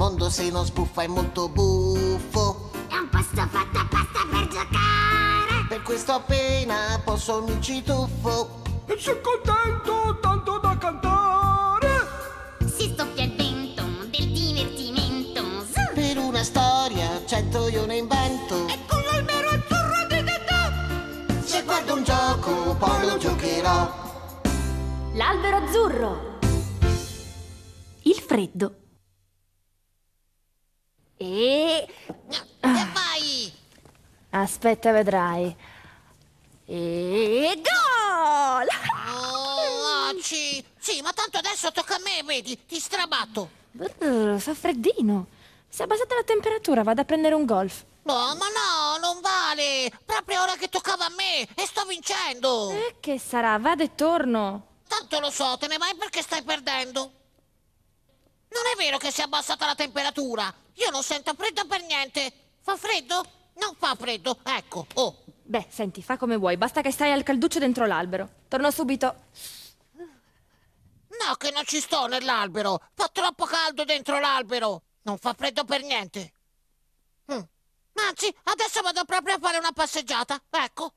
mondo se non sbuffa è molto buffo. È un posto fatto apposta per giocare. Per questo appena posso mi ci tuffo. E sono contento tanto da cantare. Si soffia il vento del divertimento. Per una storia 100 io ne invento. E con l'albero azzurro di Tedà. Se guardo un gioco poi lo giocherò. L'albero azzurro. Il freddo. E vai! aspetta, vedrai. E gol! Oh, sì, ma tanto adesso tocca a me, vedi? Ti strabatto. Fa freddino. Si è abbassata la temperatura, vado a prendere un golf. No, ma no, non vale. Proprio ora che toccava a me e sto vincendo. E che sarà? Vado e torno. Tanto lo so, te ne vai perché stai perdendo. Non è vero che si è abbassata la temperatura. Io non sento freddo per niente. Fa freddo? Non fa freddo, ecco, oh. Beh, senti, fa come vuoi, basta che stai al calduccio dentro l'albero. Torno subito. No, che non ci sto nell'albero. Fa troppo caldo dentro l'albero. Non fa freddo per niente. Anzi, adesso vado proprio a fare una passeggiata, ecco.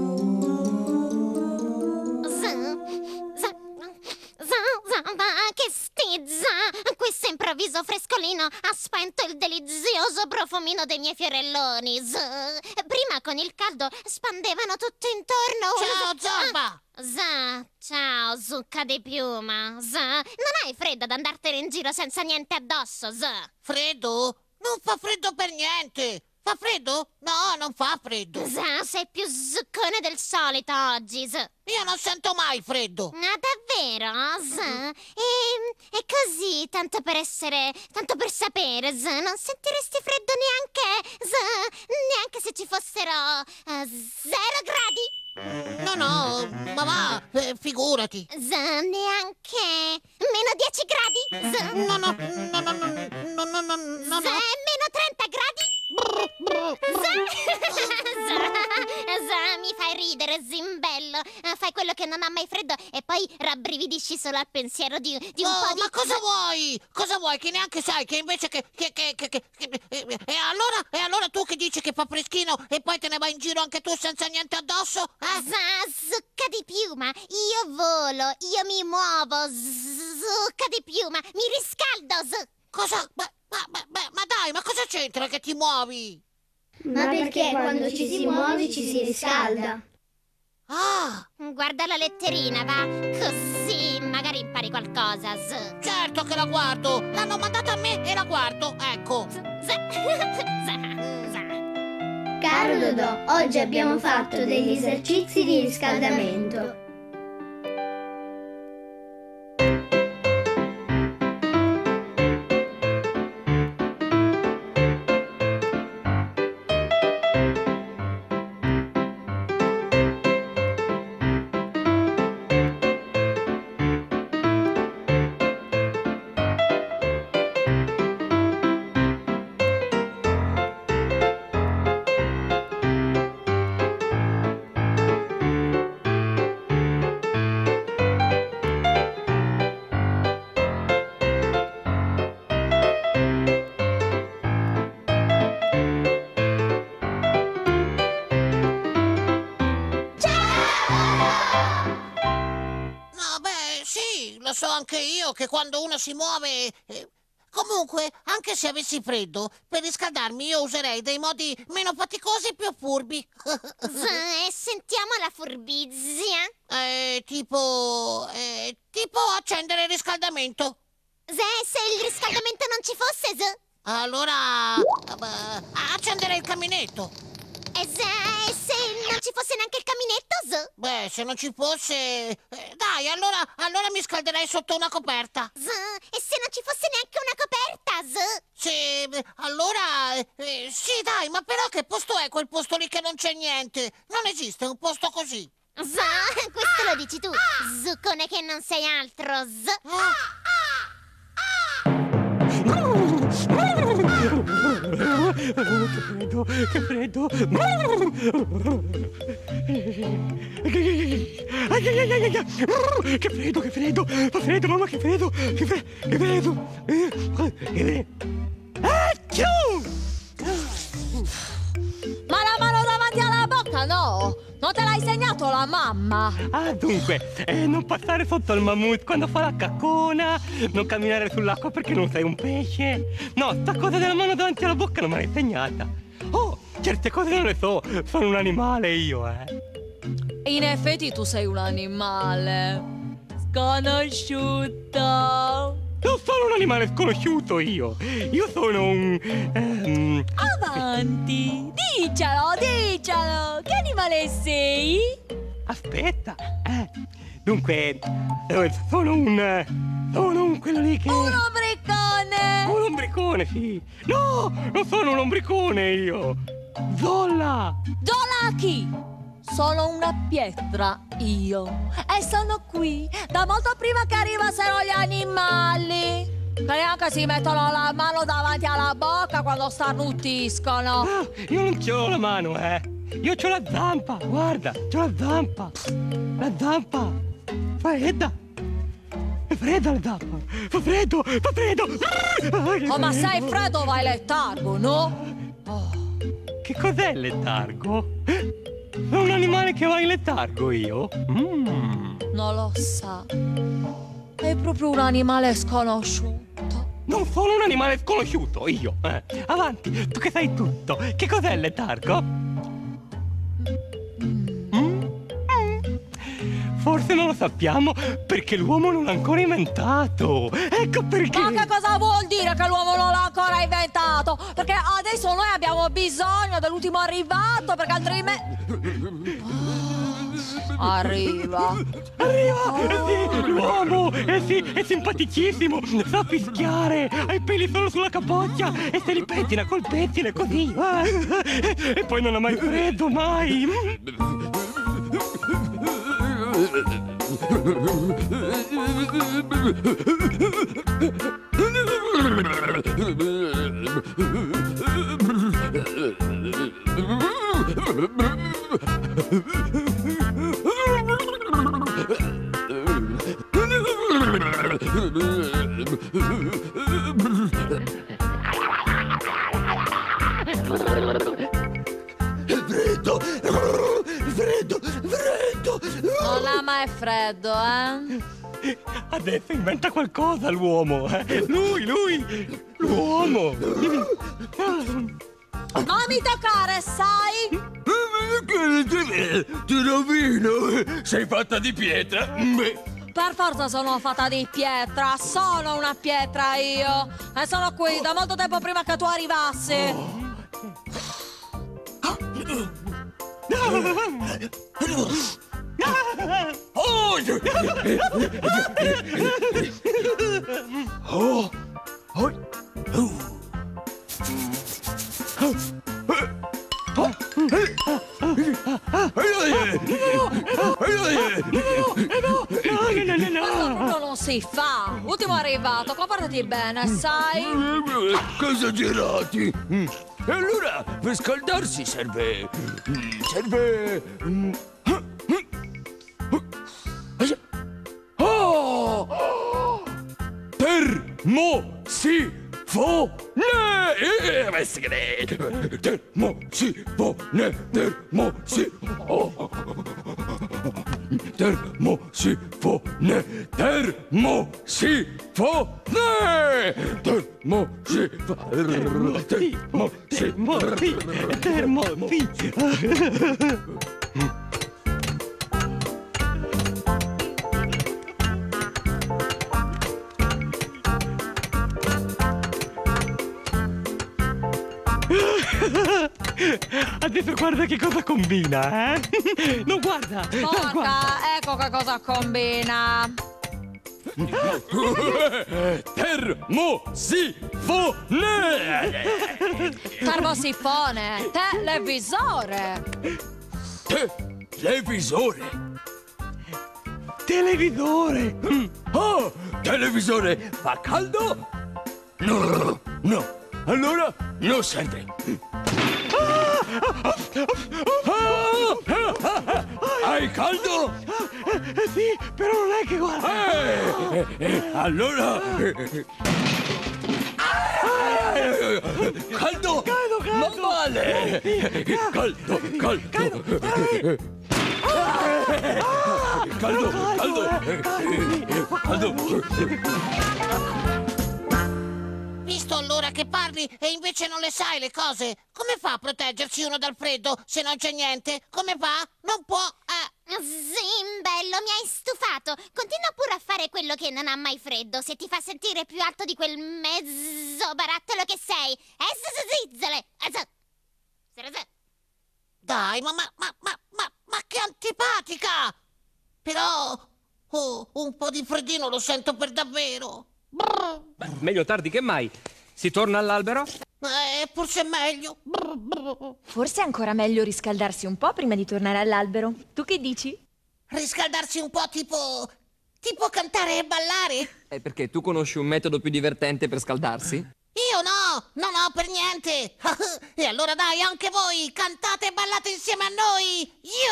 Che stizza! Questo improvviso frescolino ha spento il delizioso profumino dei miei fiorelloni. Prima con il caldo spandevano tutto intorno. Ciao, Zorba! Ciao, zucca di piuma. Non hai freddo ad andartene in giro senza niente addosso, Freddo? Non fa freddo per niente. Fa freddo? No, non fa freddo. Sei più zuccone del solito oggi, Io non sento mai freddo. Ah, davvero? E così, tanto per sapere, non sentiresti freddo neanche se ci fossero 0 gradi? No, ma va, figurati. Neanche meno 10 gradi? No. Meno 30 gradi? Mi fai ridere, zimbello. Fai quello che non ha mai freddo e poi rabbrividisci solo al pensiero di un po' di... Ma cosa vuoi? Cosa vuoi? Che neanche sai che invece E allora tu che dici che fa freschino e poi te ne vai in giro anche tu senza niente addosso? Zucca di piuma, io volo, io mi muovo, zucca di piuma, mi riscaldo, Cosa? Ma dai, ma cosa c'entra che ti muovi? Ma perché quando ci si muove ci si riscalda? Ah! Guarda la letterina, va? Così magari impari qualcosa, Certo che la guardo! L'hanno mandata a me e la guardo, ecco! Caro Dodò, oggi abbiamo fatto degli esercizi di riscaldamento. Lo so anche io che quando uno si muove... Comunque, anche se avessi freddo, per riscaldarmi io userei dei modi meno faticosi e più furbi. E sentiamo la furbizia. Tipo accendere il riscaldamento. Se il riscaldamento non ci fosse, Allora... accenderei il caminetto. E se non ci fosse neanche il caminetto, Beh, se non ci fosse... dai, allora mi scalderei sotto una coperta. E se non ci fosse neanche una coperta, Allora... sì, dai, ma però che posto è quel posto lì che non c'è niente? Non esiste un posto così. Questo lo dici tu, zuccone che non sei altro, Che freddo! Che freddo! Fa freddo, mamma, che freddo! Che freddo! Ma la mano davanti alla bocca no! Non te l'ha insegnato la mamma! Ah, dunque, non passare sotto il mammut quando fa la caccona, non camminare sull'acqua perché non sei un pesce. No, sta cosa della mano davanti alla bocca non me l'hai insegnata. Oh, certe cose non le so, sono un animale io, In effetti tu sei un animale sconosciuto. Non sono un animale sconosciuto io. Io sono un... Avanti, dicelo, che animale sei? Aspetta, dunque, sono un quello lì che... Un ombricone! Un ombricone, sì. No, non sono un ombricone io. Zolla! Zolla chi? Sono una pietra io e sono qui da molto prima che arrivassero gli animali, che neanche si mettono la mano davanti alla bocca quando starnutiscono. Ah, io non c'ho la mano, io c'ho la zampa, guarda, c'ho la zampa. La zampa fredda. È fredda la zampa. Fa freddo. Oh, ma sei freddo vai letargo, no? Oh. Che cos'è il letargo? Sono un animale che va in letargo io? Non lo sa. È proprio un animale sconosciuto. Non sono un animale sconosciuto io. Avanti, tu che sai tutto. Che cos'è il letargo? Forse non lo sappiamo perché l'uomo non l'ha ancora inventato. Ecco perché. Ma che cosa vuol dire che l'uomo non l'ha ancora inventato? Perché adesso noi abbiamo bisogno dell'ultimo arrivato, perché altrimenti... Arriva. Sì, l'uomo è simpaticissimo. Sa fischiare. Ha i peli solo sulla capocchia e se li pettina col pettine così. E poi non ha mai freddo, mai. Freddo. Non ha mai freddo, Adesso inventa qualcosa l'uomo, Lui, l'uomo. Non mi toccare, sai? Ti rovino! Sei fatta di pietra! Per forza sono fatta di pietra, sono una pietra io! E sono qui da molto tempo prima che tu arrivassi! No, non si fa! Ultimo arrivato, comportati bene, sai? Che esagerati! E allora, per scaldarsi serve... Oh! Termosifone! Adesso guarda che cosa combina, No, guarda! Porca, ecco che cosa combina! Termosifone! Televisore! Televisore! Oh, televisore fa caldo? No. Allora non serve. Hai caldo? Sì, però non è che guarda. Allora Caldo! Non male! Caldo! Visto allora che parli e invece non le sai le cose? Come fa a proteggersi uno dal freddo se non c'è niente? Come fa? Non può... Zimbello, mi hai stufato. Continua pure a fare quello che non ha mai freddo, se ti fa sentire più alto di quel mezzo barattolo che sei. Zizzole. Dai, ma che antipatica! Però un po' di freddino lo sento per davvero. Beh, meglio tardi che mai. Si torna all'albero? Forse è meglio. Forse è ancora meglio riscaldarsi un po' prima di tornare all'albero. Tu che dici? Riscaldarsi un po' tipo cantare e ballare? Perché tu conosci un metodo più divertente per scaldarsi? Io no, non ho per niente. E allora dai, anche voi, cantate e ballate insieme a noi.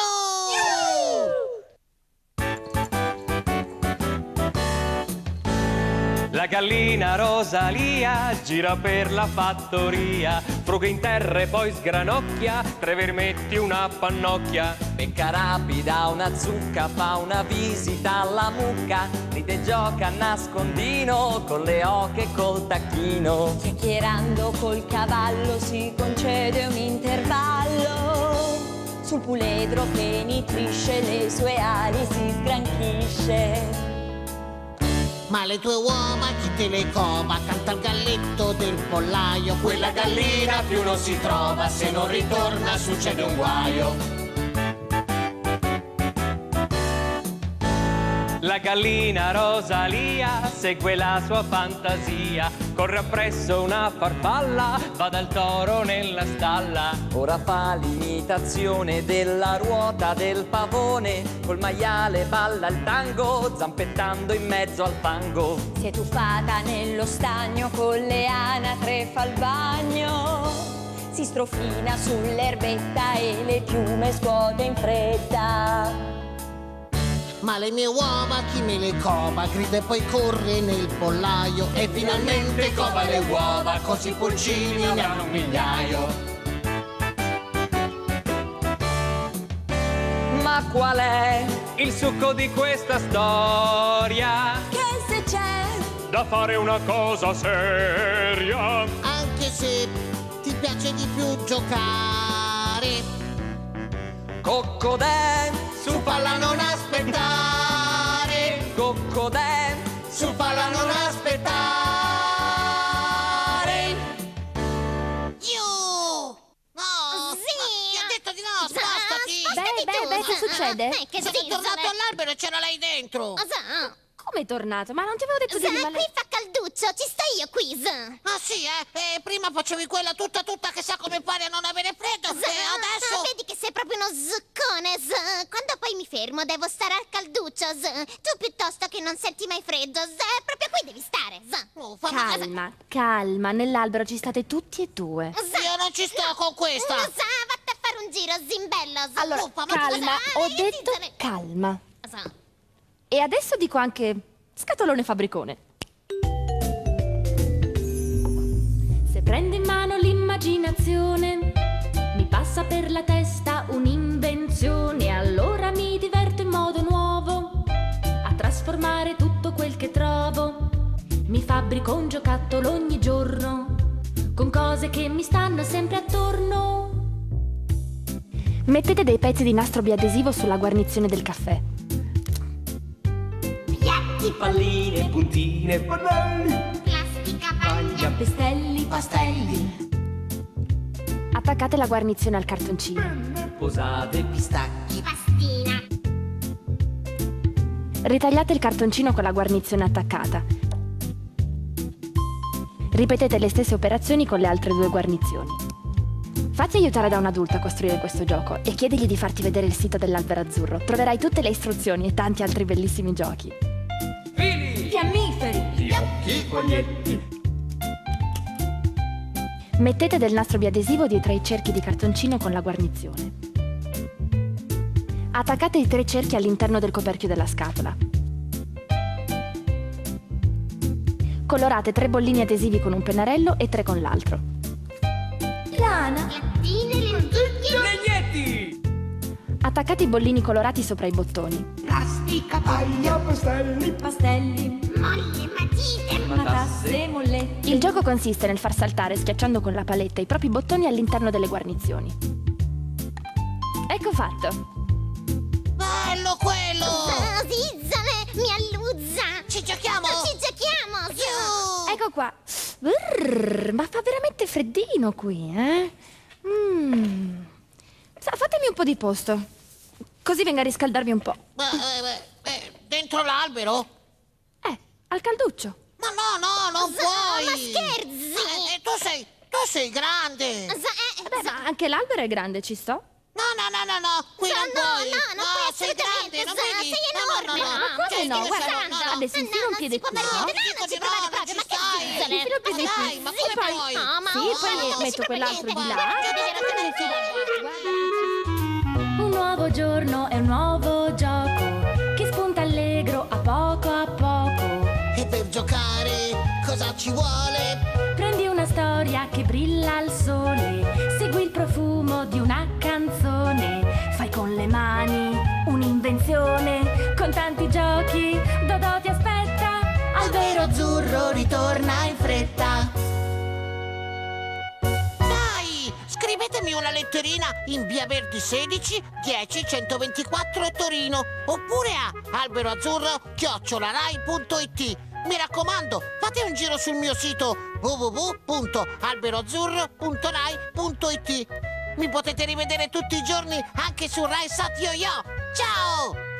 La gallina Rosalia gira per la fattoria, fruga in terra e poi sgranocchia, 3 vermetti una pannocchia. Becca rapida una zucca, fa una visita alla mucca, ride e gioca a nascondino con le oche e col tacchino. Chiacchierando col cavallo si concede un intervallo, sul puledro che nitrisce le sue ali si sgranchisce. Ma le tue uova chi te le cova? Canta il galletto del pollaio. Quella gallina più non si trova, se non ritorna succede un guaio. La gallina Rosalia segue la sua fantasia, corre appresso una farfalla, va dal toro nella stalla. Ora fa l'imitazione della ruota del pavone, col maiale balla il tango, zampettando in mezzo al fango. Si è tuffata nello stagno, con le anatre fa il bagno, si strofina sull'erbetta e le piume scuote in fretta. Ma le mie uova chi me le cova? Grida e poi corre nel pollaio e finalmente cova le uova, così i pulcini ne hanno un migliaio. Ma qual è il succo di questa storia? Che se c'è Da fare una cosa seria, Anche se ti piace di più giocare, Coccodè, su palla non aspettare. coccodè, Su palla non aspettare. Io! No! Sì. Ti ho detto di no, spostati! Beh, che succede? Che Sono tornato all'albero e c'era lei dentro! Come è tornato? Ma non ti avevo detto di Qui rimanere... fa calduccio, ci sto io qui, Ah sì, eh? Prima facevi quella tutta che sa come fare a non avere freddo e adesso... Vedi che sei proprio uno zuccone, Quando poi mi fermo devo stare al calduccio, Tu piuttosto che non senti mai freddo, Proprio qui devi stare, Oh, Calma, nell'albero ci state tutti e due. Io non ci sto con questa! Vatte a fare un giro, zimbello, Allora, calma, ho detto calma. E adesso dico anche scatolone fabbricone. Se prendo in mano l'immaginazione, mi passa per la testa un'invenzione. Allora mi diverto in modo nuovo a trasformare tutto quel che trovo. Mi fabbrico un giocattolo ogni giorno con cose che mi stanno sempre attorno. Mettete dei pezzi di nastro biadesivo sulla guarnizione del caffè. Palline, puntine, pannelli, plastica, paglia, Pestelli, Pastelli, Attaccate la guarnizione al cartoncino. posate, pistacchi, pastina. Ritagliate il cartoncino con la guarnizione attaccata. Ripetete le stesse operazioni con le altre due guarnizioni. Fatti aiutare da un adulto a costruire questo gioco e chiedigli di farti vedere il sito dell'Albero Azzurro. Troverai tutte le istruzioni e tanti altri bellissimi giochi. fiammiferi, fiocchi, fognetti. Mettete del nastro biadesivo dietro ai cerchi di cartoncino con la guarnizione. Attaccate i 3 cerchi all'interno del coperchio della scatola. Colorate 3 bollini adesivi con un pennarello e 3 con l'altro. banana, Lattine, lenticchie, Legnetti! Attaccate i bollini colorati sopra i bottoni. Plastica, paglia, pastelli, pastelli, molle, matite, matasse, molletti. Il gioco consiste nel far saltare, schiacciando con la paletta, i propri bottoni all'interno delle guarnizioni. Ecco fatto. Bello quello! Zizzale, mi alluzza. Ci giochiamo? Ci giochiamo. Su! Ecco qua. Brrr, ma fa veramente freddino qui, eh? Fatemi un po' di posto, così venga a riscaldarmi un po'. Dentro l'albero? Al calduccio. Ma no, non puoi! Ma scherzi! Tu sei grande! Beh, ma anche l'albero è grande, ci sto? No, qui non puoi! non puoi sei grande, assolutamente, non vedi? sei enorme! Ma come no? Guarda, adesso infilo un piede qui, no? Dico di no, non ci stai! Infilo il piede qui. Dai, ma come puoi? Sì, poi metto quell'altro di là. Un nuovo giorno è un nuovo gioco che spunta allegro a poco. E per giocare cosa ci vuole? Prendi una storia che brilla al sole, segui il profumo di una canzone, fai con le mani un'invenzione, con tanti giochi Dodò ti aspetta, Albero Azzurro ritorna in fretta. Dai, scrivetemi una letterina in Via Verdi 16 10 124 Torino, oppure a alberoazzurro@rai.it. Mi raccomando, fate un giro sul mio sito www.alberoazzurro.rai.it. Mi potete rivedere tutti i giorni anche su Rai Sat Yo-Yo. Ciao!